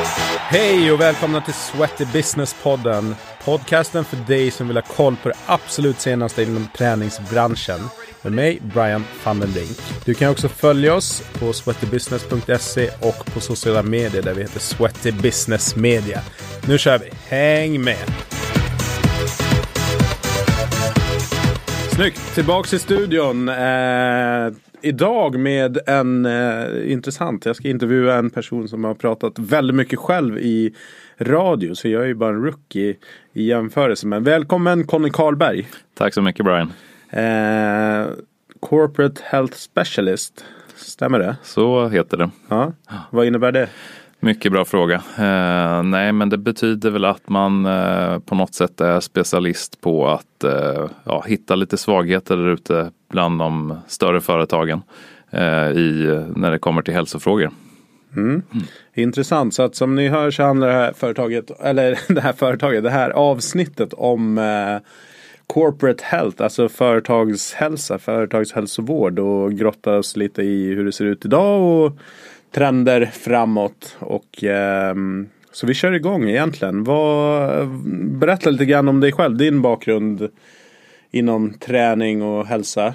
Hej och välkomna till Sweaty Business-podden. Podcasten för dig som vill ha koll på det absolut senaste inom träningsbranschen. Med mig, Brian van den Brink. Du kan också följa oss på sweatybusiness.se och på sociala medier där vi heter Sweaty Business Media. Nu kör vi. Häng med! Snyggt! Tillbaks i studion. Idag med en intressant. Jag ska intervjua en person som har pratat väldigt mycket själv i radio. Så jag är ju bara en rookie i jämförelse. Men välkommen Conny Karlberg. Tack så mycket Brian. Corporate Health Specialist. Stämmer det? Så heter det. Ja. Vad innebär det? Mycket bra fråga. Nej, men det betyder väl att man på något sätt är specialist på att hitta lite svagheter där ute bland de större företagen när det kommer till hälsofrågor. Intressant. Så att som ni hör så handlar det här avsnittet om corporate health, alltså företagshälsa, företagshälsovård, och grottar oss lite i hur det ser ut idag och trender framåt. Och så vi kör igång egentligen. Berätta lite grann om dig själv, din bakgrund inom träning och hälsa.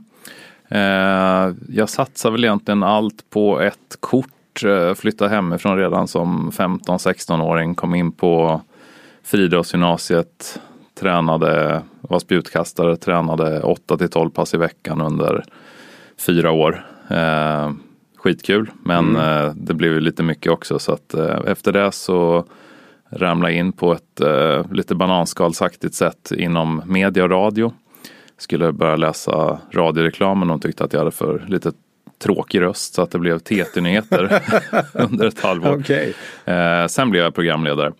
Jag satsar väl egentligen allt på ett kort. Flyttade hemifrån redan som 15-16-åring. Kom in på Friidrottsgymnasiet. Var spjutkastare. Tränade 8-12 pass i veckan under 4 år. Skitkul, men det blev ju lite mycket också, så att efter det så ramlade jag in på ett lite bananskalsaktigt sätt inom media och radio. Skulle börja läsa radioreklamen och tyckte att jag hade för lite tråkig röst, så att det blev TT-nyheter under ett halvår. Okay. Sen blev jag programledare.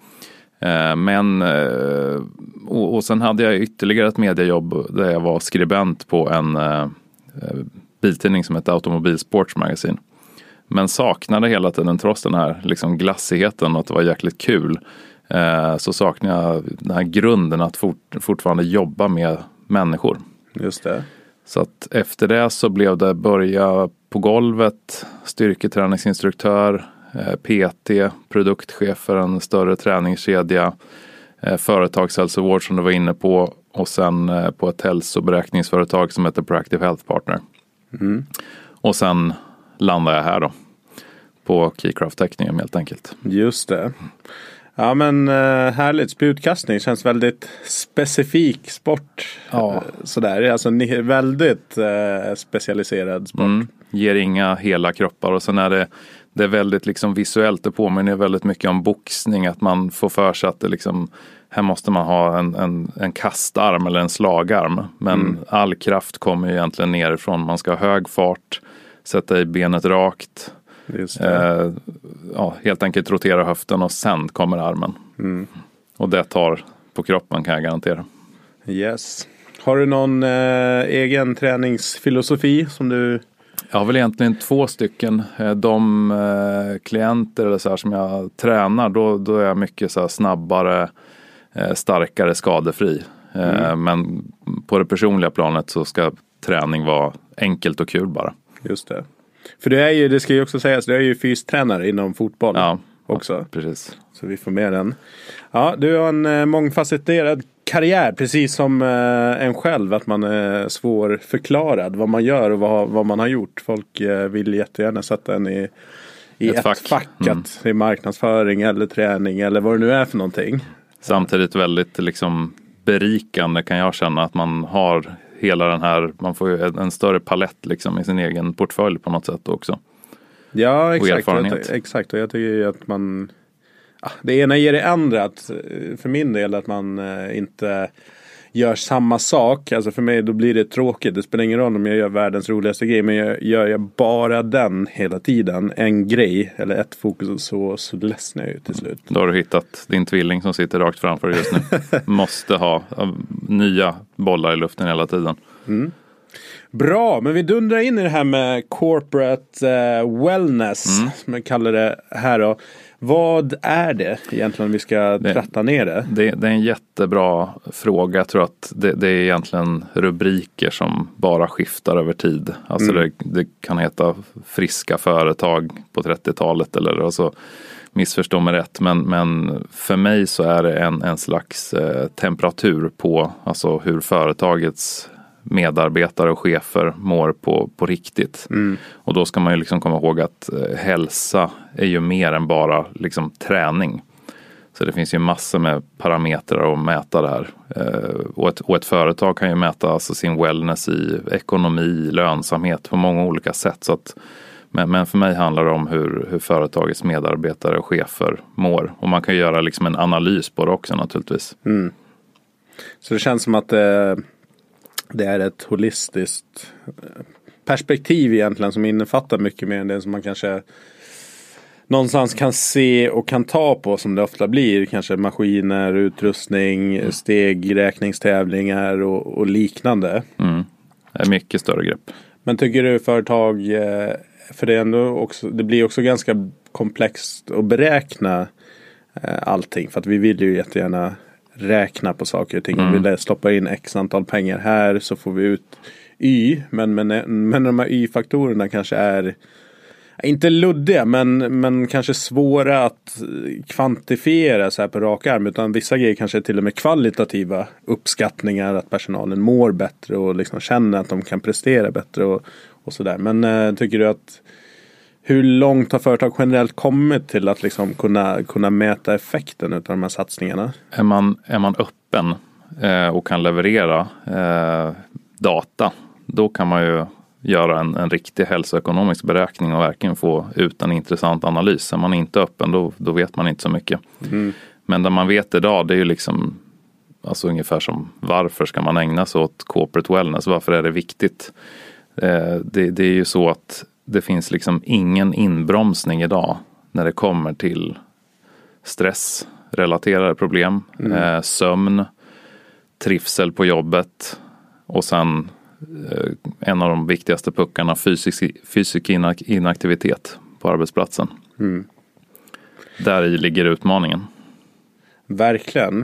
Och sen hade jag ytterligare ett mediejobb där jag var skribent på en biltidning som heter Automobilsports Magazine. Men saknade hela tiden, trots den här liksom glassigheten och att det var jäkligt kul, så saknade jag den här grunden att fortfarande jobba med människor. Just det. Så att efter det så blev det börja på golvet, styrketräningsinstruktör, PT, produktchef för en större träningskedja, företagshälsovård som du var inne på, och sen på ett hälsoberäkningsföretag som heter Proactive Health Partner. Och sen landade jag här då på Keycraft-teckningen helt enkelt. Just det. Ja, men härligt. Spjutkastning känns väldigt specifik sport. Ja. Sådär, alltså väldigt specialiserad sport. Ger inga hela kroppar, och sen är det är väldigt liksom visuellt. Det påminner väldigt mycket om boxning, att man får för sig att det liksom, här måste man ha en kastarm eller en slagarm. Men all kraft kommer ju egentligen nerifrån. Man ska ha hög fart, sätta i benet rakt. Just det. Helt enkelt rotera höften och sen kommer armen. Och det tar på kroppen, kan jag garantera. Yes. Har du någon egen träningsfilosofi som du... Jag har väl egentligen 2 stycken. De klienter eller så här som jag tränar, då är jag mycket så här snabbare, starkare, skadefri. Men på det personliga planet så ska träning vara enkelt och kul bara. Just det. För det ska ju också sägas, du är ju fystränare inom fotboll också. Ja, precis. Så vi får med den. Ja, du har en mångfacetterad karriär, precis som en själv, att man är svårförklarad vad man gör och vad man har gjort. Folk vill jättegärna sätta en i ett fack, att i marknadsföring eller träning eller vad det nu är för någonting. Samtidigt väldigt liksom berikande, kan jag känna, att man har hela den här, man får ju en större palett liksom i sin egen portfölj på något sätt också. Ja, exakt. Och jag tycker ju att man, det ena ger det andra, att för min del att man inte gör samma sak. Alltså för mig då blir det tråkigt. Det spelar ingen roll om jag gör världens roligaste grej, men gör jag bara den hela tiden, en grej eller ett fokus, så ledsnar jag ju till slut. Då har du hittat din tvilling som sitter rakt framför dig just nu. Måste ha nya bollar i luften hela tiden. Bra, men vi dundrar in i det här med corporate wellness, som jag kallar det här då. Vad är det egentligen om vi ska tratta ner det? Det är en jättebra fråga. Jag tror att det är egentligen rubriker som bara skiftar över tid. Alltså det kan heta friska företag på 30-talet eller så missförstå mig rätt, men för mig så är det en slags temperatur på alltså hur företagets medarbetare och chefer mår på riktigt. Och då ska man ju liksom komma ihåg att hälsa är ju mer än bara liksom träning. Så det finns ju massor med parametrar att mäta det här. Och ett företag kan ju mäta alltså sin wellness i ekonomi, lönsamhet på många olika sätt. Så att, men för mig handlar det om hur företagets medarbetare och chefer mår. Och man kan ju göra liksom en analys på det också naturligtvis. Så det känns som att det är ett holistiskt perspektiv egentligen som innefattar mycket mer än det som man kanske någonstans kan se och kan ta på, som det ofta blir. Kanske maskiner, utrustning, stegräkningstävlingar och liknande. Det är mycket större grepp. Men tycker du företag, för det är ändå också, det blir också ganska komplext att beräkna allting. För att vi vill ju jättegärna räkna på saker och ting. Vi vill stoppa in x antal pengar här så får vi ut y. Men de här y-faktorerna kanske är inte luddiga, men kanske svåra att kvantifiera så här på rak arm. Utan vissa grejer kanske är till och med kvalitativa uppskattningar, att personalen mår bättre och liksom känner att de kan prestera bättre och sådär. Men tycker du att hur långt har företag generellt kommit till att liksom kunna mäta effekten av de här satsningarna? Är man öppen och kan leverera data, då kan man ju göra en riktig hälsoekonomisk beräkning och verkligen få ut en intressant analys. Är man inte öppen, då vet man inte så mycket. Men det man vet idag, det är ju liksom alltså ungefär som varför ska man ägna sig åt corporate wellness? Varför är det viktigt? Det är ju så att det finns liksom ingen inbromsning idag när det kommer till stressrelaterade problem, sömn, trivsel på jobbet och sen en av de viktigaste puckarna, fysisk inaktivitet på arbetsplatsen. Där i ligger utmaningen. Verkligen.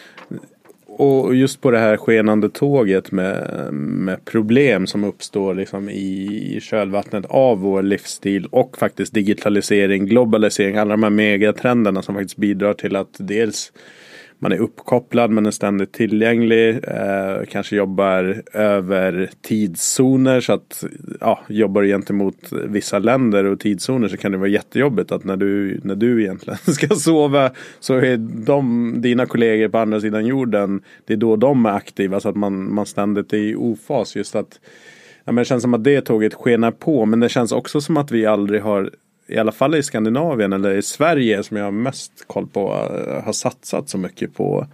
Och just på det här skenande tåget med problem som uppstår liksom i kölvattnet av vår livsstil och faktiskt digitalisering, globalisering, alla de här megatrenderna som faktiskt bidrar till att dels man är uppkopplad, man är ständigt tillgänglig, kanske jobbar över tidszoner, så att jobbar gentemot vissa länder och tidszoner, så kan det vara jättejobbigt att när du egentligen ska sova så är dina kollegor på andra sidan jorden, det är då de är aktiva, så att man ständigt är i ofas. Just att men det känns som att det tåget skenar på, men det känns också som att vi aldrig har, i alla fall i Skandinavien eller i Sverige som jag har mest koll på, har satsat så mycket på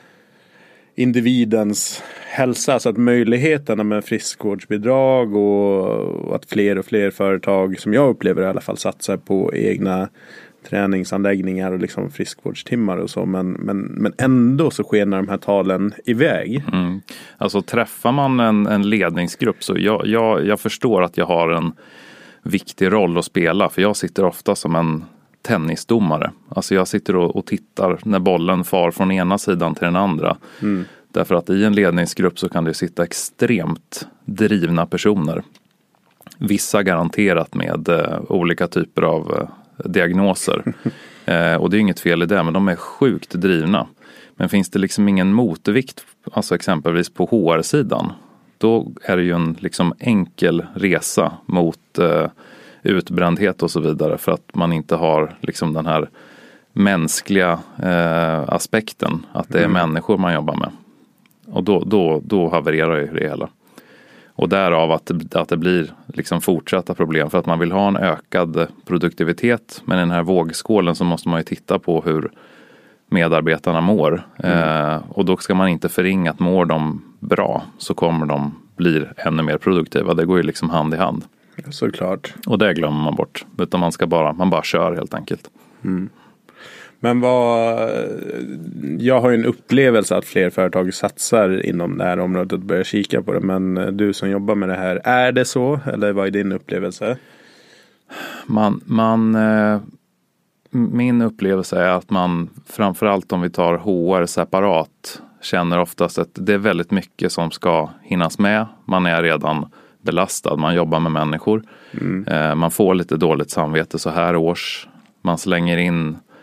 individens hälsa. Så att möjligheterna med friskvårdsbidrag och att fler och fler företag, som jag upplever i alla fall, satsar på egna träningsanläggningar och liksom friskvårdstimmar och så. Men ändå så skenar de här talen iväg. Alltså träffar man en ledningsgrupp, så jag förstår att jag har en viktig roll att spela, för jag sitter ofta som en tennisdomare. Alltså jag sitter och tittar när bollen far från ena sidan till den andra. Därför att i en ledningsgrupp så kan det sitta extremt drivna personer. Vissa garanterat med olika typer av diagnoser. Och det är inget fel i det, men de är sjukt drivna. Men finns det liksom ingen motvikt, alltså exempelvis på HR-sidan, då är det ju en liksom enkel resa mot utbrändhet och så vidare, för att man inte har liksom den här mänskliga aspekten, att det är människor man jobbar med. Och då havererar ju det hela. Och därav att det blir liksom fortsatta problem, för att man vill ha en ökad produktivitet, men i den här vågskålen så måste man ju titta på hur medarbetarna mår. Och då ska man inte förringa att mår de bra, så kommer de bli ännu mer produktiva. Det går ju liksom hand i hand. Såklart. Och det glömmer man bort. Utan man bara kör helt enkelt. Men jag har ju en upplevelse att fler företag satsar inom det här området och börjar kika på det. Men du som jobbar med det här, är det så? Eller vad är din upplevelse? Min upplevelse är att man, framförallt om vi tar HR separat, känner oftast att det är väldigt mycket som ska hinnas med. Man är redan belastad, man jobbar med människor. Man får lite dåligt samvete så här års. Man slänger in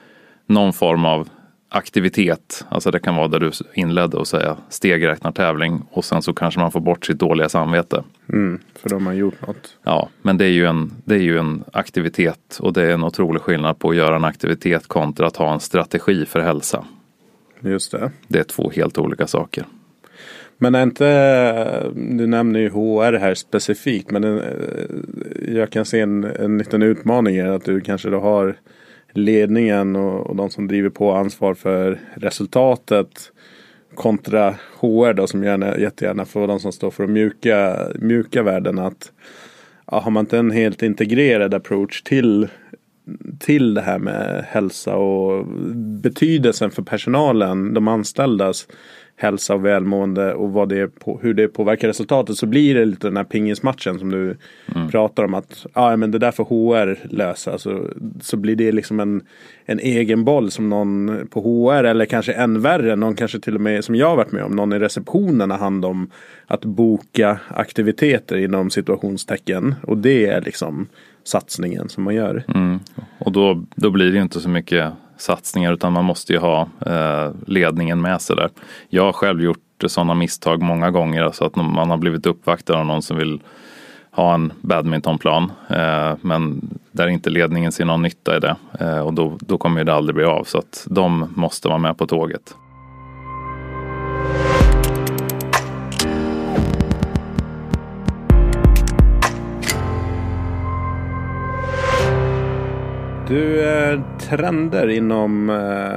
någon form av aktivitet. Alltså det kan vara där du inledde och säga stegräknartävling och sen så kanske man får bort sitt dåliga samvete. För då har man gjort något. Ja, men det är ju en aktivitet och det är en otrolig skillnad på att göra en aktivitet kontra att ha en strategi för hälsa. Just det. Det är två helt olika saker. Men är inte, du nämner ju HR här specifikt, men jag kan se en liten utmaning är att du kanske då har ledningen och de som driver på ansvar för resultatet kontra HR då, som jättegärna får de som står för de mjuka värden, att har man inte en helt integrerad approach till det här med hälsa och betydelsen för personalen, de anställdas hälsa och välmående och hur det påverkar resultatet, så blir det lite den här pingismatchen som du pratar om, att men det där får HR lösa, så blir det liksom en egen boll som någon på HR, eller kanske än värre, någon kanske till och med som jag har varit med om, någon i receptionen har hand om att boka aktiviteter inom situationstecken, och det är liksom satsningen som man gör. Och då blir det ju inte så mycket satsningar, utan man måste ju ha ledningen med sig där. Jag har själv gjort sådana misstag många gånger, alltså att man har blivit uppvaktad av någon som vill ha en badmintonplan, men där inte ledningen ser någon nytta i det, och då kommer det aldrig bli av, så att de måste vara med på tåget. Du, trender inom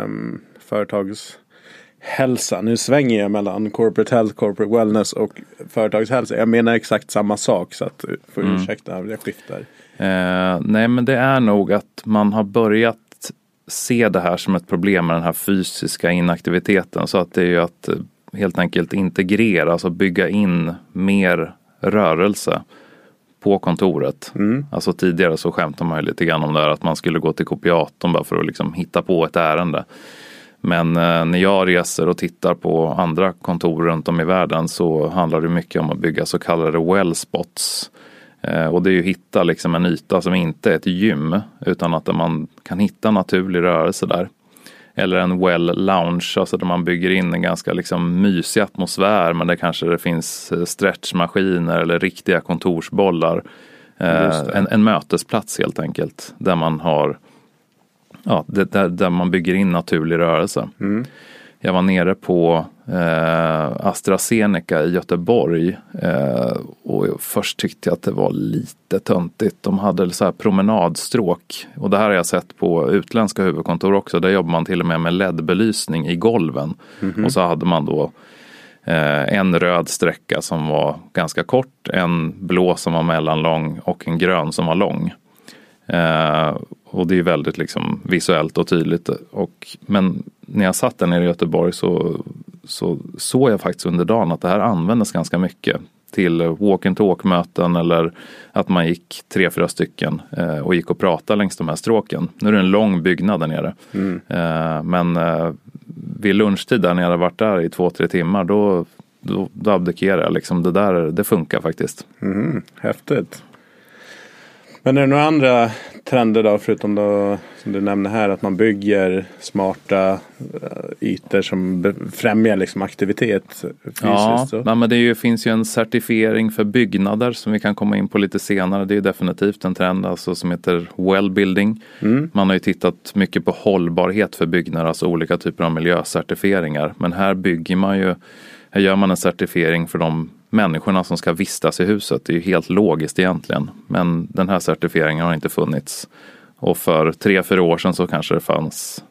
företagshälsa. Nu svänger jag mellan corporate health, corporate wellness och företagshälsa. Jag menar exakt samma sak, så att du får ursäkta om jag skiftar. Nej, men det är nog att man har börjat se det här som ett problem med den här fysiska inaktiviteten. Så att det är ju att helt enkelt integrera, alltså bygga in mer rörelse på kontoret. Alltså tidigare så skämtade man ju lite grann om det här, att man skulle gå till kopiatorn bara för att liksom hitta på ett ärende. Men när jag reser och tittar på andra kontor runt om i världen, så handlar det mycket om att bygga så kallade well spots. Och det är ju att hitta liksom en yta som inte är ett gym, utan att man kan hitta naturlig rörelse där. Eller en well lounge, alltså där man bygger in en ganska liksom mysig atmosfär, men där kanske det finns stretchmaskiner eller riktiga kontorsbollar. En mötesplats helt enkelt, där man har där man bygger in naturlig rörelse. Jag var nere på AstraZeneca i Göteborg och först tyckte jag att det var lite töntigt. De hade så här promenadstråk, och det här har jag sett på utländska huvudkontor också. Där jobbar man till och med LED-belysning i golven. Och så hade man då en röd sträcka som var ganska kort, en blå som var mellanlång och en grön som var lång. Och det är väldigt liksom visuellt och tydligt. Men när jag satt där nere i Göteborg så såg jag faktiskt under dagen att det här användes ganska mycket till walk-and-talk-möten, eller att man gick 3-4 stycken och gick och pratade längs de här stråken. Nu är det en lång byggnad där nere. Men vid lunchtid där, när jag hade varit där i 2-3 timmar, då abdikerade jag. Liksom det funkar faktiskt. Häftigt. Men är det några andra trender då, förutom då, som du nämner här, att man bygger smarta ytor som främjar liksom aktivitet fysiskt? Ja, men det finns ju en certifiering för byggnader som vi kan komma in på lite senare. Det är definitivt en trend, alltså, som heter well-building. Man har ju tittat mycket på hållbarhet för byggnader, alltså olika typer av miljöcertifieringar. Men här gör man en certifiering för de människorna som ska vistas i huset. Det är ju helt logiskt egentligen. Men den här certifieringen har inte funnits. Och för 3-4 år sedan så kanske det fanns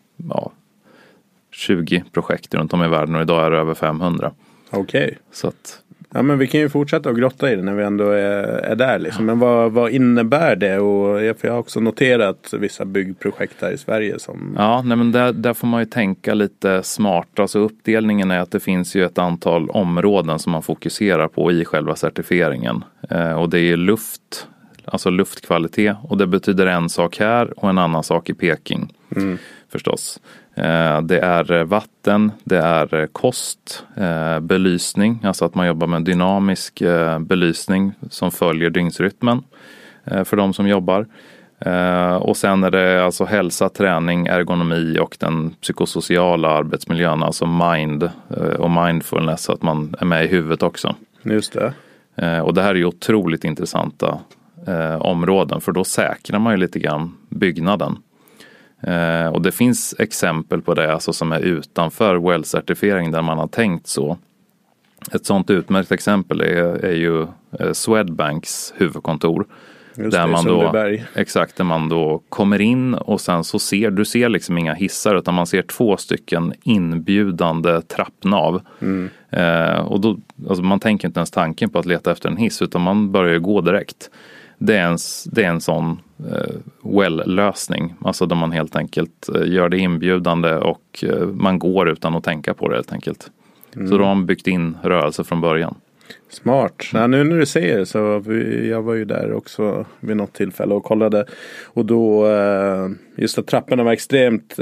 20 projekt runt om i världen, och idag är det över 500. Okej. Så att... Ja, men vi kan ju fortsätta att grotta i det när vi ändå är där liksom. Men vad innebär det? Och för jag har också noterat vissa byggprojekt här i Sverige som... Ja, men där får man ju tänka lite smart. Alltså uppdelningen är att det finns ju ett antal områden som man fokuserar på i själva certifieringen. Och det är luft, alltså luftkvalitet. Och det betyder en sak här och en annan sak i Peking. Förstås. Det är vatten, det är kost, belysning, alltså att man jobbar med dynamisk belysning som följer dygnsrytmen för de som jobbar. Och sen är det alltså hälsa, träning, ergonomi och den psykosociala arbetsmiljön, alltså mind och mindfulness, så att man är med i huvudet också. Just det. Och det här är ju otroligt intressanta områden, för då säkrar man ju lite grann byggnaden. Och det finns exempel på det, alltså som är utanför WELL-certifiering där man har tänkt så. Ett sånt utmärkt exempel är ju Swedbanks huvudkontor. Just där det, man Sundbyberg. Exakt, där man då kommer in och sen så ser liksom inga hissar, utan man ser 2 stycken inbjudande trappnav. Och då, alltså man tänker inte ens tanken på att leta efter en hiss, utan man börjar gå direkt. Det är en sån WELL-lösning, alltså där man helt enkelt gör det inbjudande och man går utan att tänka på det helt enkelt. Så då har man byggt in rörelse från början. Smart. Ja, nu när du säger det, så jag var ju där också vid något tillfälle och kollade. Och då, just att trapporna var extremt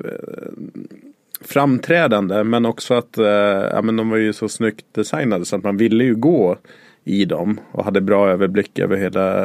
framträdande. Men också att men de var ju så snyggt designade så att man ville ju gå i dem. Och hade bra överblick över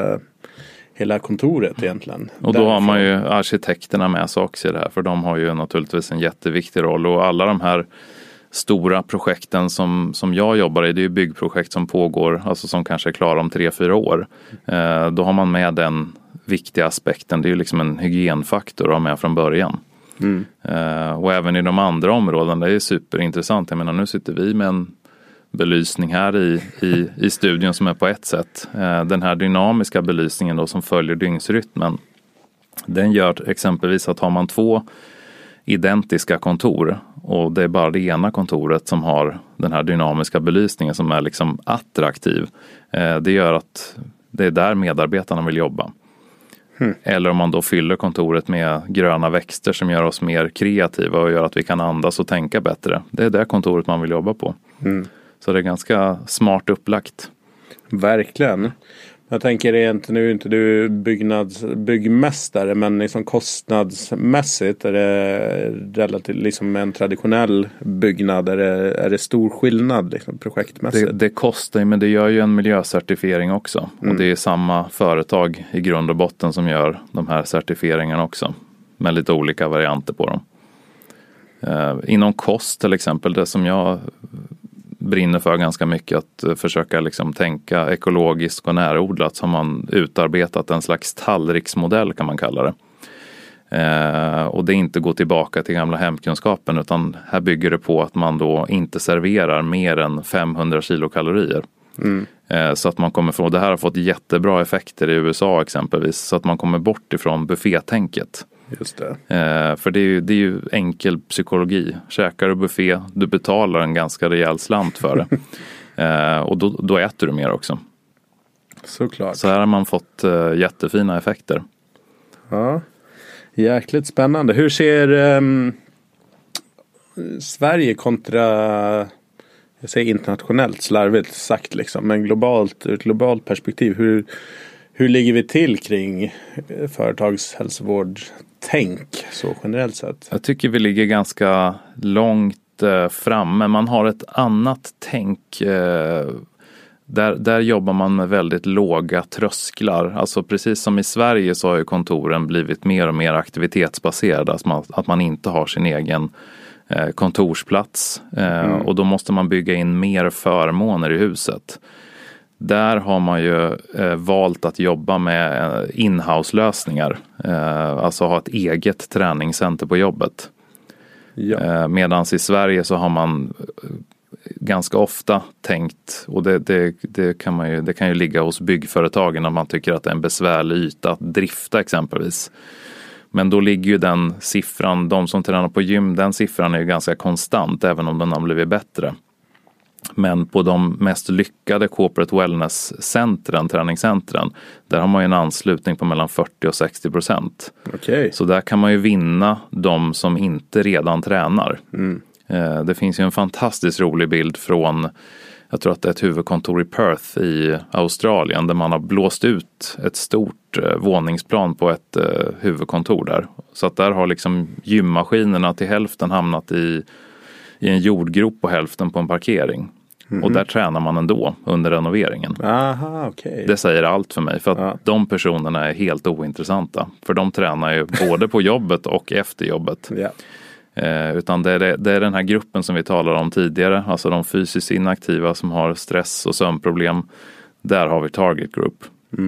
hela kontoret egentligen. Och då har man ju arkitekterna med sig också i det här. För de har ju naturligtvis en jätteviktig roll. Och alla de här stora projekten som jag jobbar i, det är ju byggprojekt som pågår, alltså som kanske är klara om 3-4 år. Då har man med den viktiga aspekten, det är ju liksom en hygienfaktor att ha med från början. Och även i de andra områdena, det är superintressant. Jag menar, nu sitter vi med en belysning här i studion som är på ett sätt. Den här dynamiska belysningen då som följer dygnsrytmen, den gör exempelvis att har man 2 identiska kontor och det är bara det ena kontoret som har den här dynamiska belysningen som är liksom attraktiv. Det gör att det är där medarbetarna vill jobba. Eller om man då fyller kontoret med gröna växter som gör oss mer kreativa och gör att vi kan andas och tänka bättre. Det är det kontoret man vill jobba på. Så det är ganska smart upplagt. Verkligen. Jag tänker egentligen, nu är inte du byggmästare, men liksom kostnadsmässigt är det relativt liksom en traditionell byggnad, är det stor skillnad liksom projektmässigt? Det kostar, men det gör ju en miljöcertifiering också. Och det är samma företag i grund och botten som gör de här certifieringarna också. Med lite olika varianter på dem. Inom kost till exempel, det som jag brinner för ganska mycket, att försöka liksom tänka ekologiskt och närodlat, så har man utarbetat en slags tallriksmodell kan man kalla det. Och det är inte gå tillbaka till gamla hemkunskapen, utan här bygger det på att man då inte serverar mer än 500 kilokalorier. Så att man kommer från, det här har fått jättebra effekter i USA exempelvis, så att man kommer bort ifrån buffétänket. Just det. För det är ju enkel psykologi. Käkar du buffé, du betalar en ganska rejäl slant för det. Och då äter du mer också. Såklart. Så här har man fått jättefina effekter. Ja, jäkligt spännande. Hur ser Sverige kontra, jag säger internationellt, slarvigt sagt liksom, men globalt, ur ett globalt perspektiv, hur ligger vi till kring företagshälsovård-tänk så generellt sett? Jag tycker vi ligger ganska långt framme. Man har ett annat tänk. Där jobbar man med väldigt låga trösklar. Alltså precis som i Sverige så har ju kontoren blivit mer och mer aktivitetsbaserade. Alltså att man inte har sin egen kontorsplats. Och då måste man bygga in mer förmåner i huset. Där har man ju valt att jobba med inhouse-lösningar. Alltså ha ett eget träningscenter på jobbet. Ja. Medan i Sverige så har man ganska ofta tänkt, och det kan ju ligga hos byggföretagen när man tycker att det är en besvärlig yta att drifta exempelvis. Men då ligger ju den siffran, de som tränar på gym, den siffran är ju ganska konstant även om den har blivit bättre. Men på de mest lyckade corporate wellness-centren, träningscentren, där har man ju en anslutning på mellan 40 och 60%. Okay. Så där kan man ju vinna de som inte redan tränar. Det finns ju en fantastiskt rolig bild från, jag tror att det är ett huvudkontor i Perth i Australien, där man har blåst ut ett stort våningsplan på ett huvudkontor där. Så att där har liksom gymmaskinerna till hälften hamnat i en jordgrop på hälften på en parkering. Och där tränar man ändå under renoveringen. Aha, okay. Det säger allt för mig, för att de personerna är helt ointressanta. För de tränar ju både på jobbet och efter jobbet. Utan det är den här gruppen som vi talade om tidigare, alltså de fysiskt inaktiva som har stress och sömnproblem. Där har vi target group.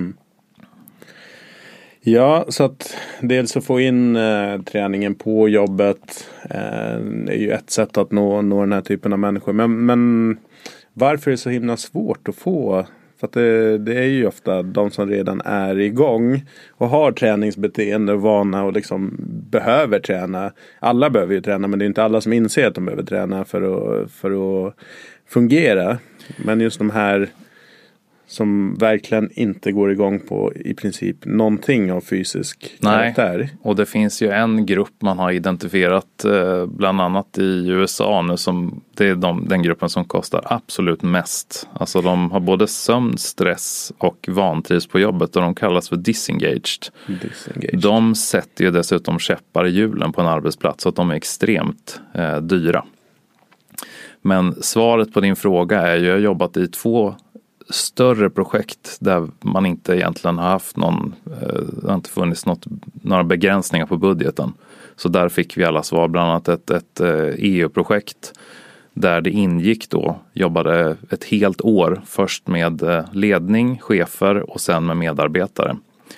Ja, så att dels att få in träningen på jobbet är ju ett sätt att nå den här typen av människor. Men varför är det så himla svårt att få? För att det är ju ofta de som redan är igång och har träningsbeteende och vana och liksom behöver träna. Alla behöver ju träna, men det är inte alla som inser att de behöver träna för att fungera. Men just de här som verkligen inte går igång på i princip någonting av fysisk karaktär. Nej, och det finns ju en grupp man har identifierat bland annat i USA nu som det är den gruppen som kostar absolut mest. Alltså de har både sömn, stress och vantrivs på jobbet och de kallas för disengaged. De sätter ju dessutom käppar i hjulen på en arbetsplats så att de är extremt dyra. Men svaret på din fråga är ju, jag har jobbat i 2 större projekt där man inte egentligen har haft det har inte funnits några begränsningar på budgeten. Så där fick vi alla svar, bland annat ett EU-projekt där det ingick jobbade ett helt år först med ledning, chefer och sen med medarbetare.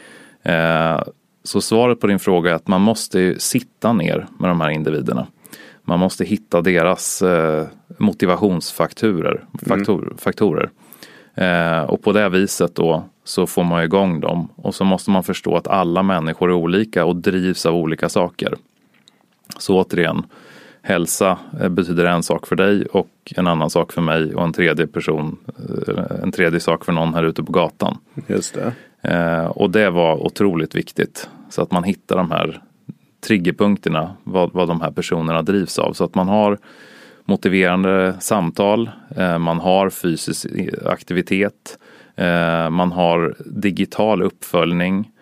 Så svaret på din fråga är att man måste sitta ner med de här individerna. Man måste hitta deras motivationsfaktorer. Och på det viset så får man igång dem. Och så måste man förstå att alla människor är olika och drivs av olika saker. Så återigen, hälsa betyder en sak för dig och en annan sak för mig och en tredje sak för någon här ute på gatan. Just det. Och det var otroligt viktigt. Så att man hittar de här triggerpunkterna, vad de här personerna drivs av. Så att man har motiverande samtal, man har fysisk aktivitet, man har digital uppföljning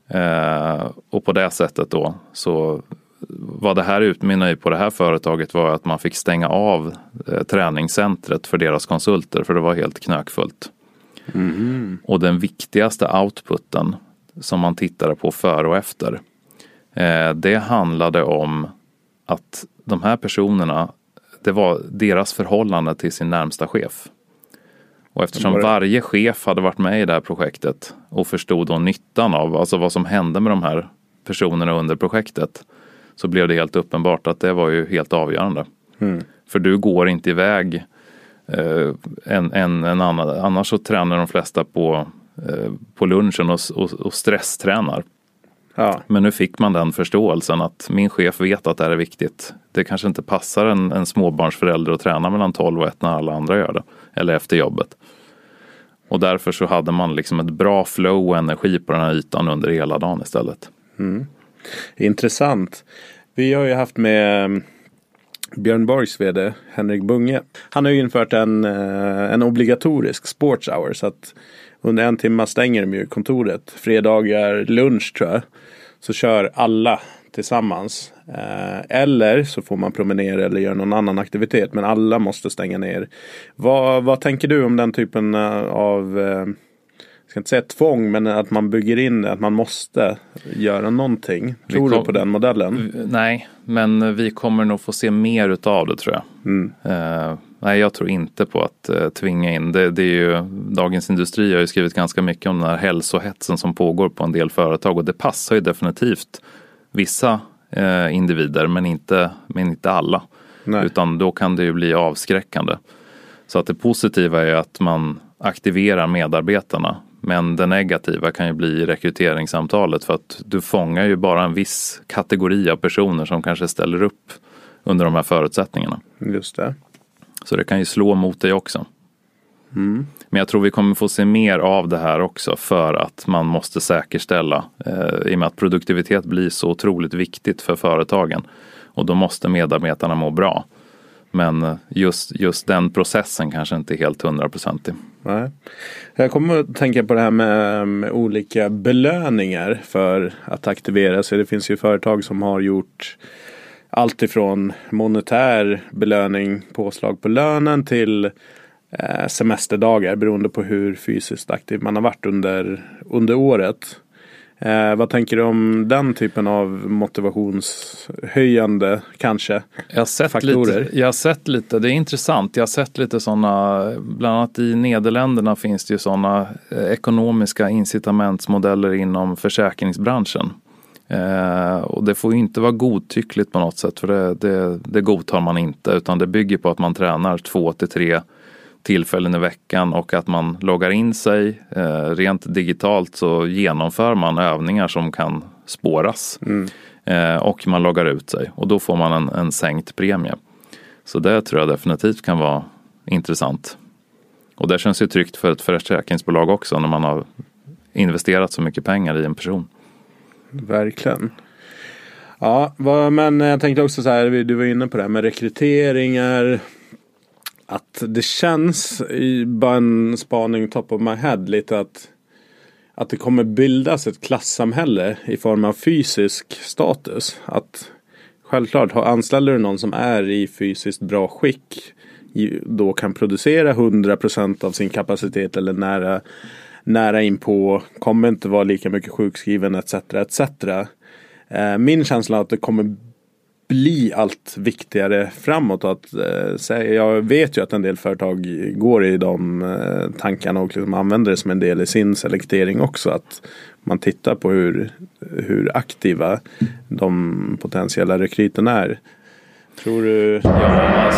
och på det sättet så vad det här utmynnar i på det här företaget var att man fick stänga av träningscentret för deras konsulter för det var helt knökfullt. Och den viktigaste outputen som man tittade på före och efter, det handlade om att de här personerna, det var deras förhållande till sin närmsta chef. Och eftersom varje chef hade varit med i det här projektet och förstod då nyttan av, alltså vad som hände med de här personerna under projektet, så blev det helt uppenbart att det var ju helt avgörande. För du går inte iväg en annan. Annars så tränar de flesta på lunchen och stresstränar. Ja. Men nu fick man den förståelsen att min chef vet att det här är viktigt. Det kanske inte passar en småbarnsförälder att träna mellan 12 och 1 när alla andra gör det. Eller efter jobbet. Och därför så hade man liksom ett bra flow och energi på den här ytan under hela dagen istället. Intressant. Vi har ju haft med Björn Borgs vd Henrik Bunge. Han har ju infört en obligatorisk sports hour så att under 1 timme stänger de ju kontoret. Fredagar lunch tror jag. Så kör alla tillsammans. Eller så får man promenera eller göra någon annan aktivitet. Men alla måste stänga ner. Vad tänker du om den typen av, jag ska inte säga tvång, men att man bygger in det, att man måste göra någonting. Tror du på den modellen? Nej, men vi kommer nog få se mer utav det tror jag. Nej, jag tror inte på att tvinga in. Det är ju, Dagens Industri har ju skrivit ganska mycket om den här hälsohetsen som pågår på en del företag. Och det passar ju definitivt vissa individer men inte alla. Nej. Utan då kan det ju bli avskräckande. Så att det positiva är att man aktiverar medarbetarna. Men det negativa kan ju bli rekryteringssamtalet för att du fångar ju bara en viss kategori av personer som kanske ställer upp under de här förutsättningarna. Just det. Så det kan ju slå mot dig också. Men jag tror vi kommer få se mer av det här också för att man måste säkerställa i och med att produktivitet blir så otroligt viktigt för företagen. Och då måste medarbetarna må bra. Men just den processen kanske inte är helt 100%. Nej. Jag kommer att tänka på det här med olika belöningar för att aktivera sig. Det finns ju företag som har gjort allt ifrån monetär belöning, påslag på lönen till semesterdagar beroende på hur fysiskt aktiv man har varit under året. Vad tänker du om den typen av motivationshöjande kanske faktorer? Jag har sett lite, det är intressant. Jag har sett lite sådana, bland annat i Nederländerna finns det ju sådana ekonomiska incitamentsmodeller inom försäkringsbranschen. Och det får ju inte vara godtyckligt på något sätt, för det godtar man inte, utan det bygger på att man tränar 2-3 tillfällen i veckan och att man loggar in sig rent digitalt, så genomför man övningar som kan spåras och man loggar ut sig och då får man en sänkt premie. Så det tror jag definitivt kan vara intressant. Och det känns ju tryggt för ett försäkringsbolag också när man har investerat så mycket pengar i en person. Verkligen. Ja, men jag tänkte också så här, du var inne på det här med rekryteringar. Att det känns, bara en spaning top of my head, lite att det kommer bildas ett klassamhälle i form av fysisk status. Att självklart, anställer du någon som är i fysiskt bra skick, då kan producera 100% av sin kapacitet eller nära inpå, kommer inte vara lika mycket sjukskriven etc. Min känsla är att det kommer bli allt viktigare framåt. Jag vet ju att en del företag går i de tankarna och liksom använder det som en del i sin selektering också. Att man tittar på hur aktiva de potentiella rekryterna är. Tror du? Ja,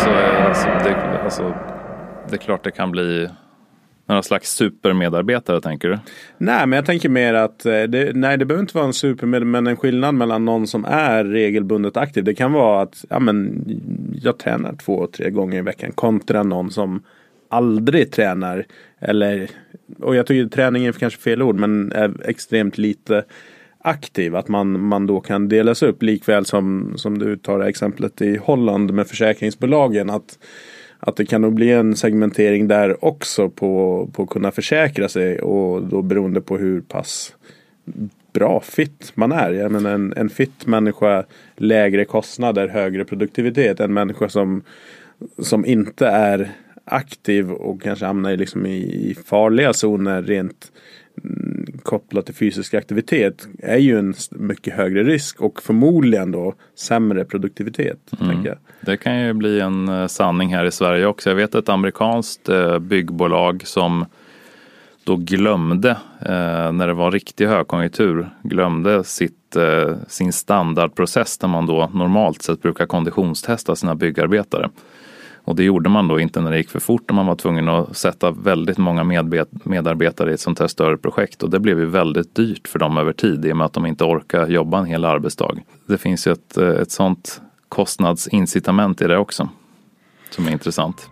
det är klart det kan bli några slags supermedarbetare, tänker du? Nej, men jag tänker mer att det behöver inte vara en supermedarbetare, men en skillnad mellan någon som är regelbundet aktiv. Det kan vara att jag tränar 2-3 gånger i veckan kontra någon som aldrig tränar. Och jag tycker träning är kanske fel ord, men är extremt lite aktiv. Att man då kan delas upp, likväl som du tar exemplet i Holland med försäkringsbolagen, att det kan nog bli en segmentering där också på att kunna försäkra sig, och då beroende på hur pass bra fit man är. Jag menar, en fit människa, lägre kostnader, högre produktivitet. En människa som inte är aktiv och kanske hamnar i farliga zoner rent kopplat till fysisk aktivitet är ju en mycket högre risk och förmodligen då sämre produktivitet. Tänker jag. Det kan ju bli en sanning här i Sverige också. Jag vet ett amerikanskt byggbolag som då glömde, när det var riktig högkonjunktur, glömde sin standardprocess där man då normalt sett brukar konditionstesta sina byggarbetare. Och det gjorde man då inte när det gick för fort, och man var tvungen att sätta väldigt många medarbetare i ett sånt här större projekt. Och det blev ju väldigt dyrt för dem över tid, i och med att de inte orkar jobba en hel arbetsdag. Det finns ju ett sånt kostnadsincitament i det också, som är intressant.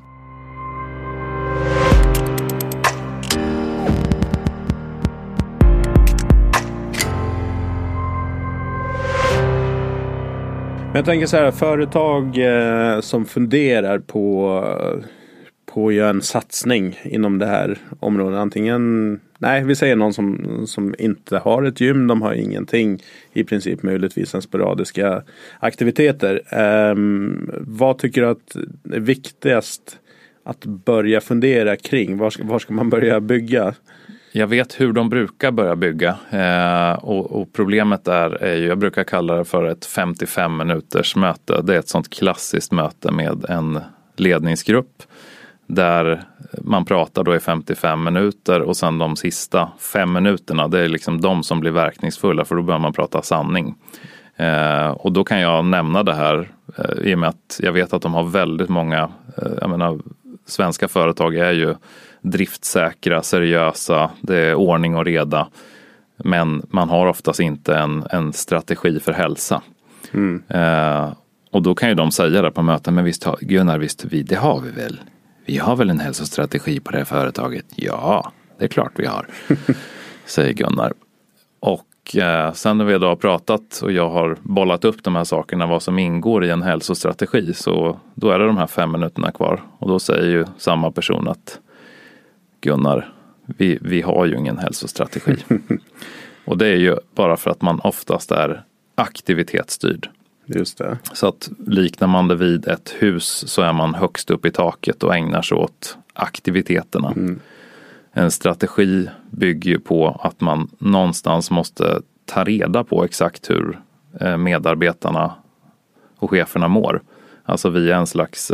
Men jag tänker så här, företag som funderar på att göra en satsning inom det här området. Antingen, vi säger någon som inte har ett gym, de har ingenting, i princip möjligtvis en sporadiska aktiviteter. Vad tycker du att är viktigast att börja fundera kring? Var ska man börja bygga? Jag vet hur de brukar börja bygga, och problemet är ju, jag brukar kalla det för ett 55 minuters möte. Det är ett sånt klassiskt möte med en ledningsgrupp där man pratar då i 55 minuter, och sen de sista 5 minuterna, det är liksom de som blir verkningsfulla, för då börjar man prata sanning. Och då kan jag nämna det här i och med att jag vet att de har väldigt många, svenska företag är ju driftsäkra, seriösa, det är ordning och reda, men man har oftast inte en strategi för hälsa. Och då kan ju de säga det på möten, men visst det har vi väl. Vi har väl en hälsostrategi på det här företaget? Ja, det är klart vi har, säger Gunnar. Och sen när vi då har pratat och jag har bollat upp de här sakerna, vad som ingår i en hälsostrategi, så då är det de här 5 minuterna kvar. Och då säger ju samma person att Gunnar, vi har ju ingen hälsostrategi. Och det är ju bara för att man oftast är aktivitetsstyrd. Just det. Så att liknar man det vid ett hus så är man högst upp i taket och ägnar sig åt aktiviteterna. En strategi bygger ju på att man någonstans måste ta reda på exakt hur medarbetarna och cheferna mår. Alltså via en slags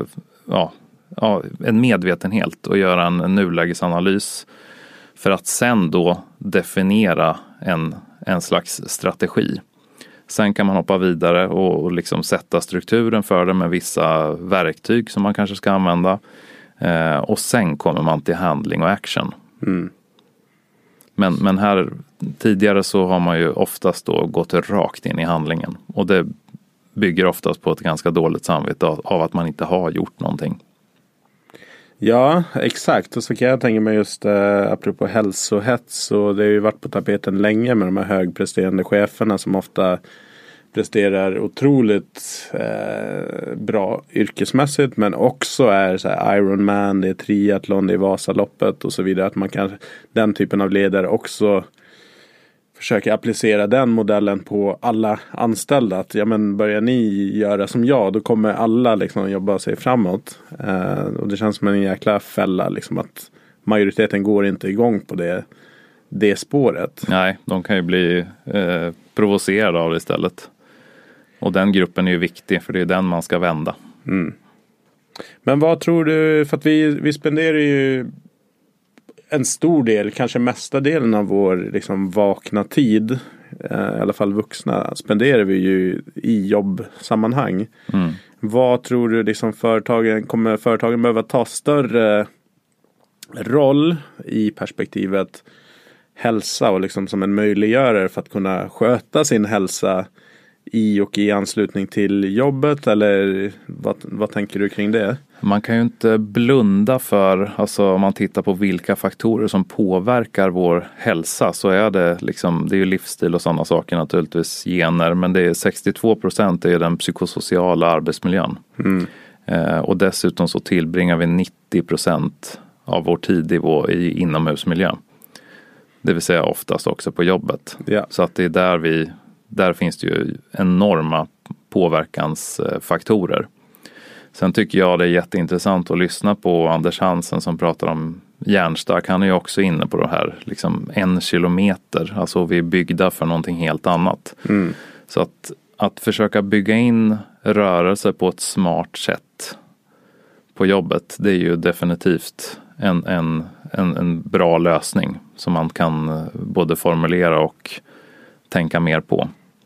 en medvetenhet och göra en nulägesanalys för att sen då definiera en slags strategi. Sen kan man hoppa vidare och liksom sätta strukturen för det med vissa verktyg som man kanske ska använda. Och sen kommer man till handling och action. Men här tidigare så har man ju oftast då gått rakt in i handlingen. Och det bygger oftast på ett ganska dåligt samvete av att man inte har gjort någonting. Ja, exakt. Och så kan jag tänka mig just apropå hälsohets, och det har ju varit på tapeten länge med de här högpresterande cheferna som ofta presterar otroligt bra yrkesmässigt, men också är så här Ironman, det är triathlon, det är Vasaloppet och så vidare. Att man kan, den typen av ledare också försöka applicera den modellen på alla anställda. Att börjar ni göra som jag, då kommer alla liksom jobba sig framåt. Och det känns som en jäkla fälla liksom, att majoriteten går inte igång på det spåret. Nej, de kan ju bli provocerade av det istället. Och den gruppen är ju viktig, för det är den man ska vända. Men vad tror du, för att vi spenderar ju en stor del, kanske mesta delen av vår liksom vakna tid, i alla fall vuxna, spenderar vi ju i jobbsammanhang. Vad tror du liksom kommer företagen behöva ta större roll i perspektivet hälsa och liksom som en möjliggörare för att kunna sköta sin hälsa i och i anslutning till jobbet, eller vad tänker du kring det? Man kan ju inte blunda för, alltså om man tittar på vilka faktorer som påverkar vår hälsa, så är det liksom, det är ju livsstil och sådana saker, naturligtvis gener, men det är 62% är den psykosociala arbetsmiljön. Och dessutom så tillbringar vi 90% av vår tid i inomhusmiljö. Det vill säga oftast också på jobbet. Ja. Så att det är där finns det ju enorma påverkansfaktorer. Sen tycker jag det är jätteintressant att lyssna på Anders Hansen som pratar om hjärnstark. Han är ju också inne på det här liksom 1 kilometer. Alltså vi är byggda för någonting helt annat. Så att försöka bygga in rörelse på ett smart sätt på jobbet, det är ju definitivt en bra lösning som man kan både formulera och tänka mer på.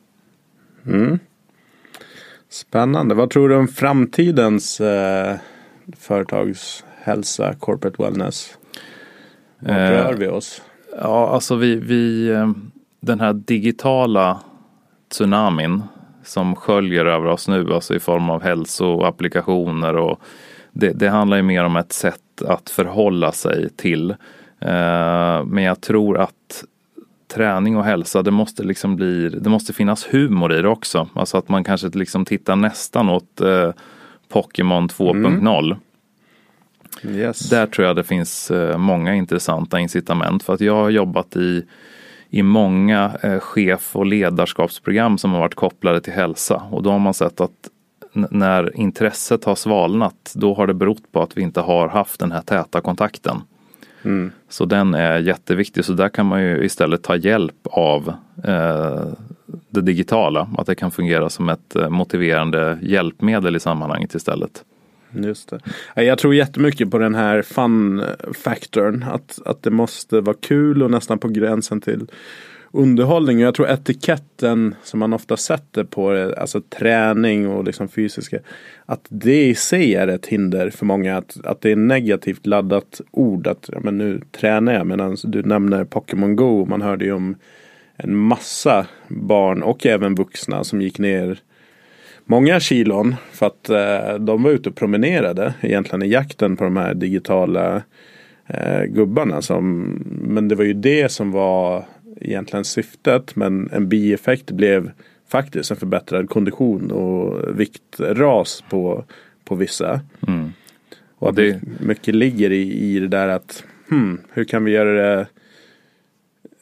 Spännande. Vad tror du om framtidens företagshälsa, corporate wellness? Var rör vi oss? Ja, alltså den här digitala tsunamin som sköljer över oss nu, alltså i form av hälsoapplikationer, och det handlar ju mer om ett sätt att förhålla sig till. Men jag tror att träning och hälsa, det måste finnas humor i det också. Alltså att man kanske liksom tittar nästan åt Pokémon 2.0. Yes. Där tror jag det finns många intressanta incitament, för att jag har jobbat i många chef- och ledarskapsprogram som har varit kopplade till hälsa, och då har man sett att när intresset har svalnat, då har det berott på att vi inte har haft den här täta kontakten. Så den är jätteviktig, så där kan man ju istället ta hjälp av det digitala, att det kan fungera som ett motiverande hjälpmedel i sammanhanget istället. Just det. Jag tror jättemycket på den här fun-faktorn, att det måste vara kul och nästan på gränsen till underhållning. Jag tror etiketten som man ofta sätter på det, alltså träning och liksom fysiska, att det i sig är ett hinder för många, att det är negativt laddat ord, att men nu tränar jag, medan du nämner Pokémon Go, man hörde ju om en massa barn och även vuxna som gick ner många kilon för att de var ute och promenerade egentligen i jakten på de här digitala gubbarna men det var ju det som var egentligen syftet, men en bieffekt blev faktiskt en förbättrad kondition och viktras på vissa. Och att mycket ligger i det där att hur kan vi göra det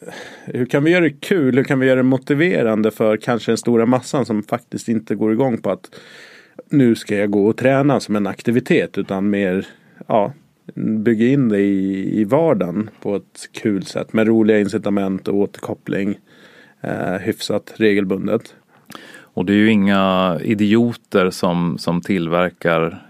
hur kan vi göra det kul? Hur kan vi göra det motiverande för kanske den stora massan som faktiskt inte går igång på att nu ska jag gå och träna som en aktivitet, utan mer bygga in det i vardagen på ett kul sätt med roliga incitament och återkoppling hyfsat regelbundet. Och det är ju inga idioter som tillverkar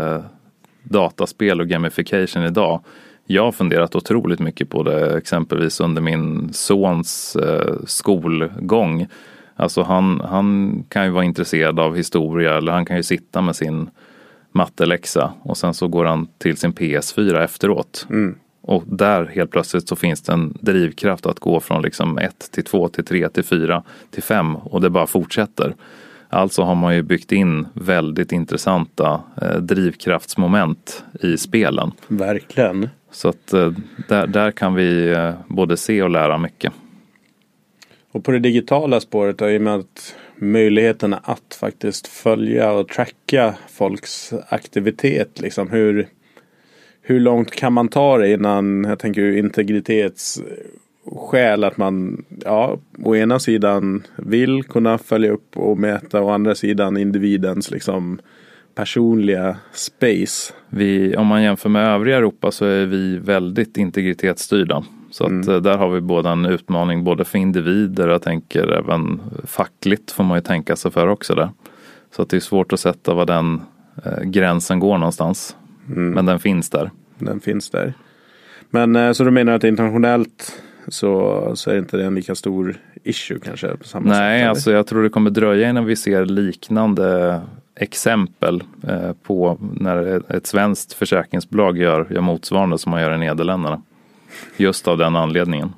dataspel och gamification idag. Jag har funderat otroligt mycket på det, exempelvis under min sons skolgång. Alltså han kan ju vara intresserad av historia, eller han kan ju sitta med sin matteläxa och sen så går han till sin PS4 efteråt. Och där helt plötsligt så finns det en drivkraft att gå från liksom 1 till 2 till 3 till 4 till 5 och det bara fortsätter. Alltså har man ju byggt in väldigt intressanta drivkraftsmoment i spelen. Verkligen. Så att där kan vi både se och lära mycket. Och på det digitala spåret är ju med att möjligheterna att faktiskt följa och tracka folks aktivitet. Liksom hur långt kan man ta det innan, jag tänker integritetsskäl, att man å ena sidan vill kunna följa upp och mäta, å andra sidan individens liksom personliga space. Om man jämför med övriga Europa så är vi väldigt integritetsstyrda. Så att där har vi både en utmaning både för individer, jag tänker även fackligt får man ju tänka sig för också där. Så att det är svårt att sätta var den gränsen går någonstans. Men den finns där. Den finns där. Men så du menar att internationellt så är inte det en lika stor issue kanske på samma sätt? Nej, alltså jag tror det kommer dröja innan vi ser liknande exempel på när ett svenskt försäkringsbolag gör motsvarande som man gör i Nederländerna. Just av den anledningen.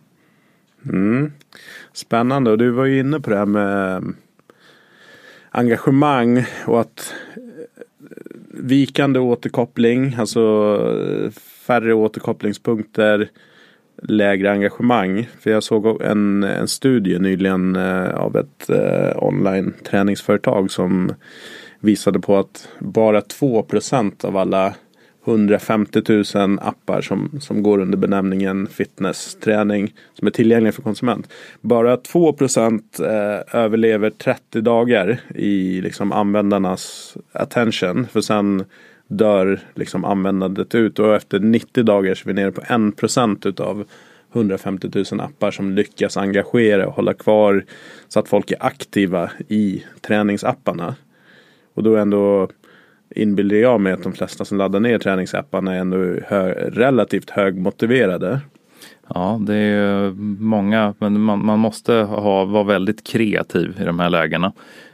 Spännande, och du var ju inne på det här med engagemang och att vikande återkoppling, alltså färre återkopplingspunkter, lägre engagemang. För jag såg en studie nyligen av ett online träningsföretag som visade på att bara 2% av alla 150 000 appar som går under benämningen fitnessträning som är tillgängliga för konsument. Bara 2% överlever 30 dagar i liksom användarnas attention, för sen dör liksom användandet ut, och efter 90 dagar så är vi nere på 1% utav 150 000 appar som lyckas engagera och hålla kvar så att folk är aktiva i träningsapparna. Och då ändå inbillar jag mig att de flesta som laddar ner träningsapparna är ändå relativt högmotiverade. Ja, det är många, men man måste vara väldigt kreativ i de här lägena.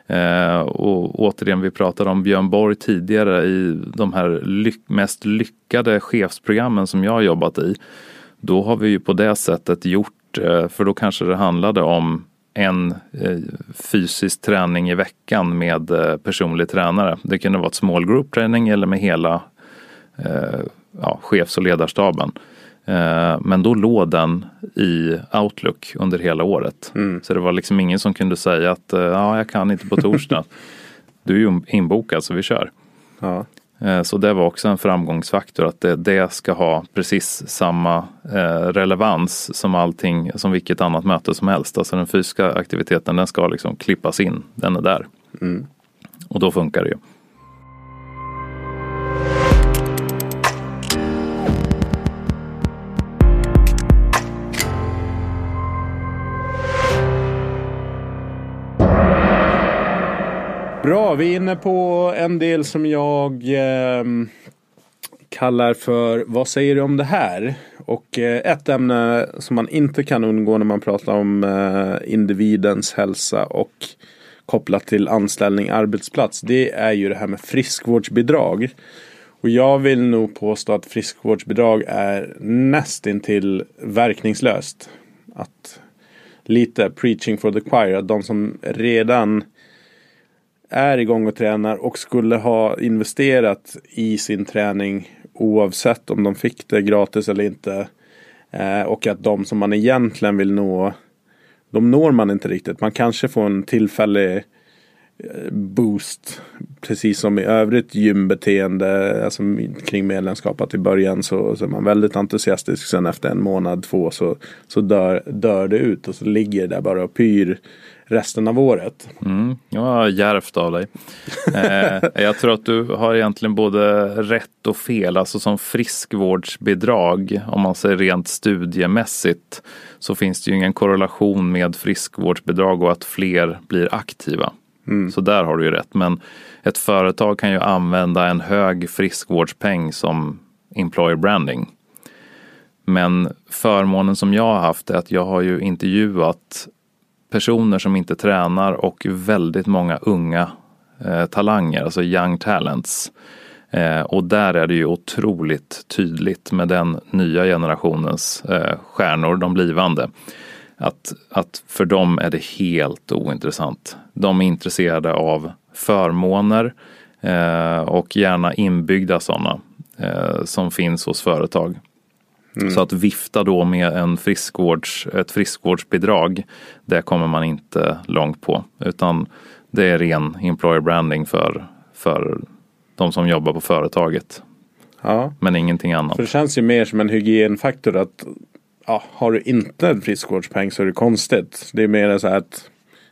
Och återigen, vi pratade om Björn Borg tidigare i de här mest lyckade chefsprogrammen som jag har jobbat i. Då har vi ju på det sättet gjort, för då kanske det handlade om en fysisk träning i veckan med personlig tränare. Det kunde vara ett small group träning eller med hela chefs- och ledarstaben. Men då låg den i Outlook under hela året. Så det var liksom ingen som kunde säga att jag kan inte på torsdag. Du är ju inbokad så vi kör. Ja. Så det var också en framgångsfaktor att det ska ha precis samma relevans som vilket annat möte som helst. Alltså den fysiska aktiviteten, den ska liksom klippas in, den är där. Och då funkar det ju. Bra, vi är inne på en del som jag kallar för vad säger du om det här? Och ett ämne som man inte kan undgå när man pratar om individens hälsa och kopplat till anställning, arbetsplats, det är ju det här med friskvårdsbidrag. Och jag vill nog påstå att friskvårdsbidrag är nästintill verkningslöst. Att lite preaching for the choir, att de som redan är igång och tränar och skulle ha investerat i sin träning oavsett om de fick det gratis eller inte, och att de som man egentligen vill nå, de når man inte riktigt. Man kanske får en tillfällig boost. Precis som i övrigt gymbeteende, alltså kring medlemskap, att i början så är man väldigt entusiastisk, sen efter en månad, 2 så dör det ut och så ligger det där bara och pyr resten av året. Ja, djärvt av dig. Jag tror att du har egentligen både rätt och fel. Alltså som friskvårdsbidrag, om man säger rent studiemässigt, så finns det ju ingen korrelation med friskvårdsbidrag och att fler blir aktiva. Så där har du ju rätt. Men ett företag kan ju använda en hög friskvårdspeng som employer branding. Men förmånen som jag har haft är att jag har ju intervjuat personer som inte tränar och väldigt många unga talanger, alltså young talents. Och där är det ju otroligt tydligt med den nya generationens stjärnor, de blivande. Att för dem är det helt ointressant. De är intresserade av förmåner och gärna inbyggda sådana som finns hos företag. Så att vifta då med ett friskvårdsbidrag, det kommer man inte långt på. Utan det är ren employer branding för de som jobbar på företaget. Ja. Men ingenting annat. För det känns ju mer som en hygienfaktor att har du inte en friskvårdspeng så är det konstigt. Det är mer så här att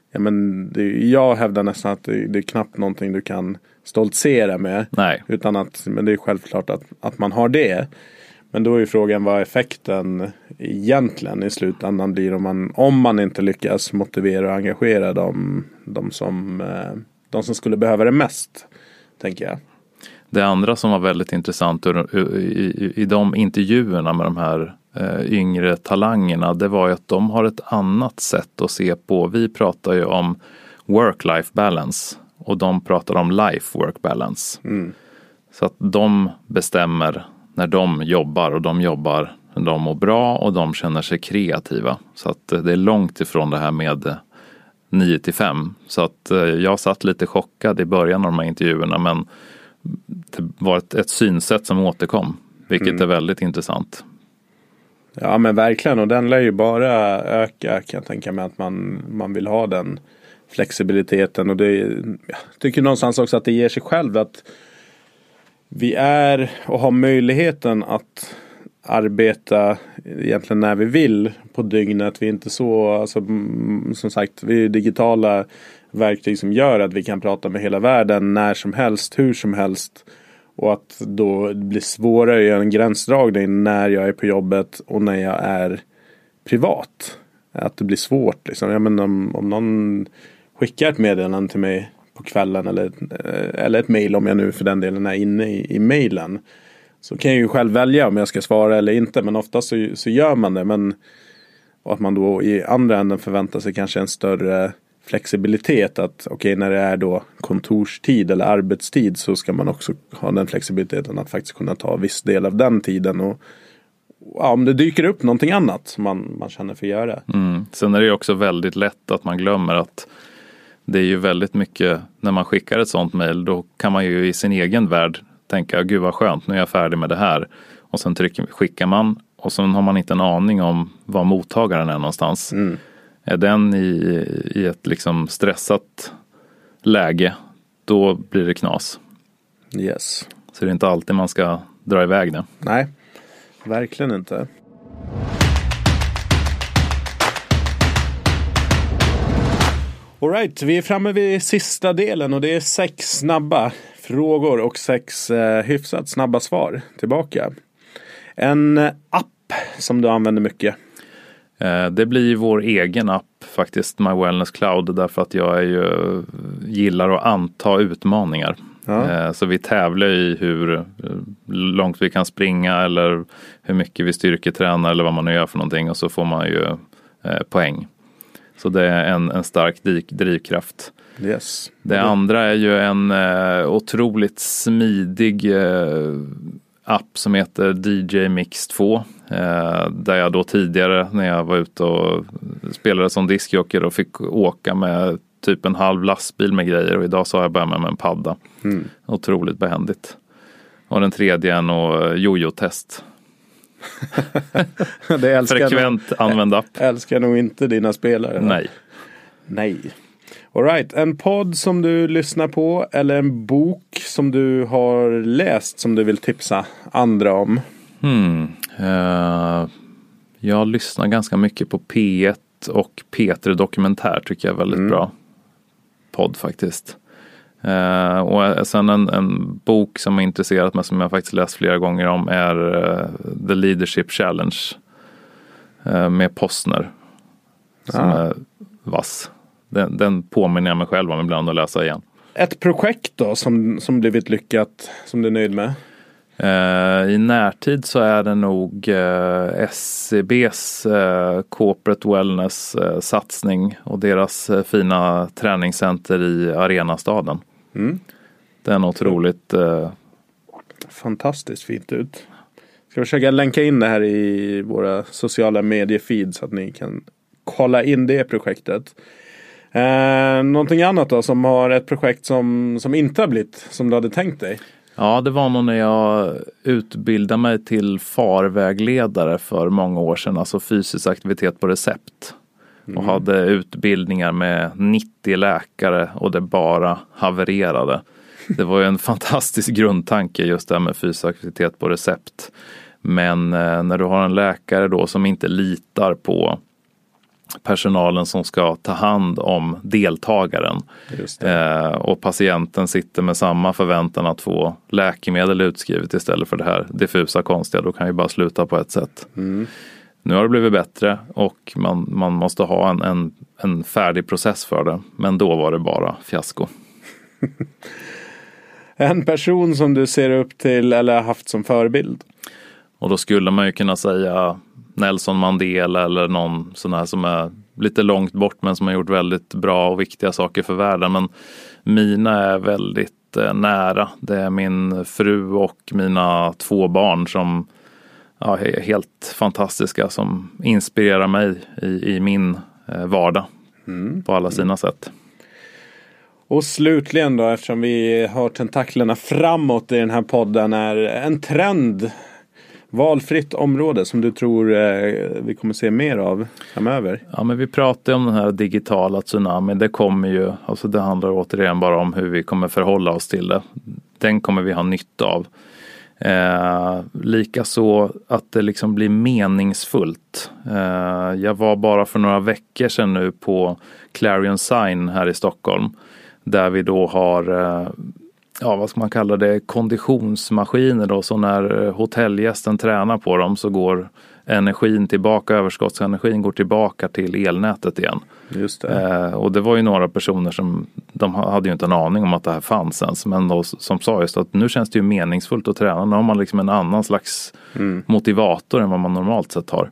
jag hävdar nästan att det är knappt någonting du kan stoltsera med. Nej. Men det är självklart att man har det. Men då är ju frågan vad effekten egentligen i slutändan blir om man inte lyckas motivera och engagera de som skulle behöva det mest, tänker jag. Det andra som var väldigt intressant i de intervjuerna med de här yngre talangerna, det var ju att de har ett annat sätt att se på. Vi pratar ju om work-life balance och de pratar om life-work balance. Så att de bestämmer när de jobbar och de mår bra och de känner sig kreativa. Så att det är långt ifrån det här med 9-5. Så att jag satt lite chockad i början av de här intervjuerna, men det var ett synsätt som återkom, vilket är väldigt intressant. Ja, men verkligen, och den lär ju bara öka, kan jag tänka mig, att man vill ha den flexibiliteten, och jag tycker någonstans också att det ger sig själv att vi är och har möjligheten att arbeta egentligen när vi vill på dygnet. Vi är inte så, alltså, som sagt, vi är digitala verktyg som gör att vi kan prata med hela världen när som helst, hur som helst. Och att då blir svårare att göra en gränsdragning när jag är på jobbet och när jag är privat. Att det blir svårt liksom. Jag menar, om någon skickar ett meddelande till mig på kvällen eller ett mejl, om jag nu för den delen är inne i mejlen, så kan jag ju själv välja om jag ska svara eller inte, men oftast så gör man det. Men att man då i andra änden förväntar sig kanske en större flexibilitet, att okej, när det är då kontorstid eller arbetstid så ska man också ha den flexibiliteten att faktiskt kunna ta viss del av den tiden, och om det dyker upp någonting annat som man känner för att göra. Sen är det ju också väldigt lätt att man glömmer att det är ju väldigt mycket, när man skickar ett sånt mejl, då kan man ju i sin egen värld tänka, gud vad skönt, nu är jag färdig med det här. Och sen skickar man, och sen har man inte en aning om var mottagaren är någonstans. Är den i ett liksom stressat läge, då blir det knas. Yes. Så det är inte alltid man ska dra iväg det. Nej, verkligen inte. All right, vi är framme vid sista delen, och det är 6 snabba frågor och 6 hyfsat snabba svar tillbaka. En app som du använder mycket? Det blir vår egen app faktiskt, My Wellness Cloud, därför att jag gillar att anta utmaningar. Ja. Så vi tävlar i hur långt vi kan springa eller hur mycket vi styrketränar eller vad man nu gör för någonting, och så får man ju poäng. Så det är en stark drivkraft. Yes. Det andra är ju en otroligt smidig app som heter DJ Mix 2. Där jag då tidigare, när jag var ute och spelade som diskjockey, och fick åka med typ en halv lastbil med grejer, och idag så har jag börjat med en padda. Otroligt behändigt. Och den tredje är en jojo-test. Det frekvent använd app. Älskar nog inte dina spelare. Nej. Nej. All right. En podd som du lyssnar på eller en bok som du har läst som du vill tipsa andra om? Jag lyssnar ganska mycket på P1 och P3 Dokumentär, tycker jag är väldigt bra podd faktiskt. Och sen en bok som är intresserat mig, som jag faktiskt läst flera gånger om, är The Leadership Challenge med Posner, som är vass. Den påminner jag mig själv om ibland att läsa igen. Ett projekt då som blivit lyckat, som du är nöjd med? I närtid så är det nog SCBs Corporate Wellness satsning och deras fina träningscenter i Arenastaden. Det är något otroligt. Fantastiskt fint ut. Ska vi försöka länka in det här i våra sociala mediefeed så att ni kan kolla in det projektet. Någonting annat då som har ett projekt som inte har blivit som du hade tänkt dig? Ja, det var nog när jag utbildade mig till farvägledare för många år sedan, alltså fysisk aktivitet på recept. Och hade utbildningar med 90 läkare och det bara havererade. Det var ju en fantastisk grundtanke just det här med fysisk aktivitet på recept. Men när du har en läkare då som inte litar på personalen som ska ta hand om deltagaren och patienten sitter med samma förväntan att få läkemedel utskrivet istället för det här diffusa konstiga, då kan ju bara sluta på ett sätt. Nu har det blivit bättre och man måste ha en färdig process för det, men då var det bara fiasko. En person som du ser upp till eller haft som förebild? Och då skulle man ju kunna säga Nelson Mandela eller någon sån här som är lite långt bort men som har gjort väldigt bra och viktiga saker för världen. Men mina är väldigt nära. Det är min fru och mina 2 barn som är helt fantastiska, som inspirerar mig i min vardag på alla sina sätt. Och slutligen då, eftersom vi har tentaklerna framåt i den här podden, är en trend, valfritt område som du tror vi kommer se mer av framöver? Ja, men vi pratar om den här digitala tsunamin. Det kommer ju, alltså det handlar återigen bara om hur vi kommer förhålla oss till det. Den kommer vi ha nytta av. Likaså att det liksom blir meningsfullt. Jag var bara för några veckor sedan nu på Clarion Sign här i Stockholm. Där vi då har vad ska man kalla det, konditionsmaskiner då, så när hotellgästen tränar på dem så går energin tillbaka, överskottsenergin går tillbaka till elnätet igen. Just det. Och det var ju några personer som, de hade ju inte en aning om att det här fanns ens, men då, som sa just att nu känns det ju meningsfullt att träna, nu har man liksom en annan slags motivator än vad man normalt sett har.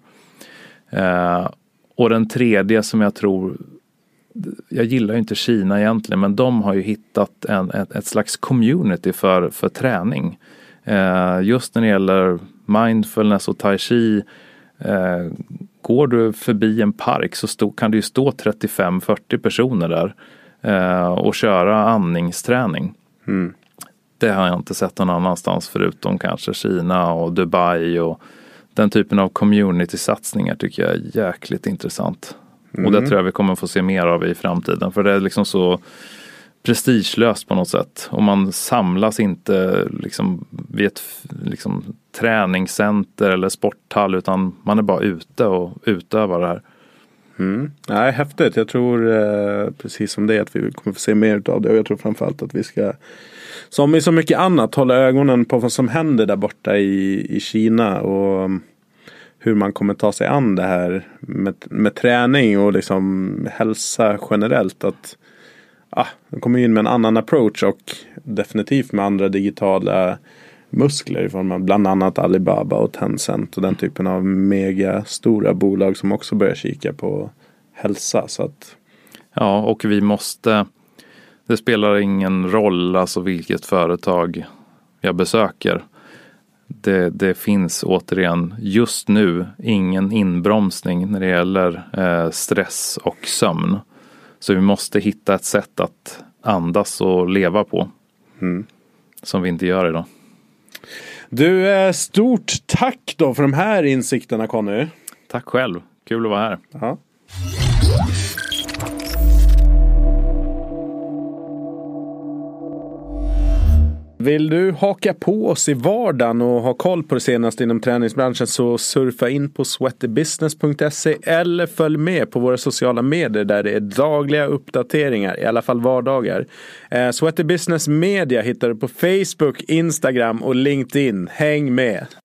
Och den tredje som jag tror, jag gillar ju inte Kina egentligen, men de har ju hittat ett slags community för träning. Just när det gäller mindfulness och tai chi, går du förbi en park så kan det ju stå 35-40 personer där och köra andningsträning. Det har jag inte sett någon annanstans förutom kanske Kina och Dubai, och den typen av community-satsningar tycker jag är jäkligt intressant. Och det tror jag vi kommer få se mer av i framtiden. För det är liksom så prestigelöst på något sätt. Och man samlas inte liksom vid ett liksom träningscenter eller sporthall, utan man är bara ute och utövar det här. Nej, häftigt. Jag tror precis som det att vi kommer få se mer av det. Och jag tror framförallt att vi ska, som i så mycket annat, hålla ögonen på vad som händer där borta i Kina. Och hur man kommer ta sig an det här med träning och liksom hälsa generellt. Att de kommer in med en annan approach och definitivt med andra digitala muskler i form av bland annat Alibaba och Tencent och den typen av mega stora bolag som också börjar kika på hälsa. Så att... Ja, och vi måste, det spelar ingen roll alltså vilket företag jag besöker. Det finns återigen just nu ingen inbromsning när det gäller stress och sömn. Så vi måste hitta ett sätt att andas och leva på. Som vi inte gör idag. Du, stort tack då för de här insikterna, Conny. Tack själv. Kul att vara här. Ja. Vill du haka på oss i vardagen och ha koll på det senaste inom träningsbranschen, så surfa in på sweatybusiness.se eller följ med på våra sociala medier där det är dagliga uppdateringar, i alla fall vardagar. Sweaty Business Media hittar du på Facebook, Instagram och LinkedIn. Häng med!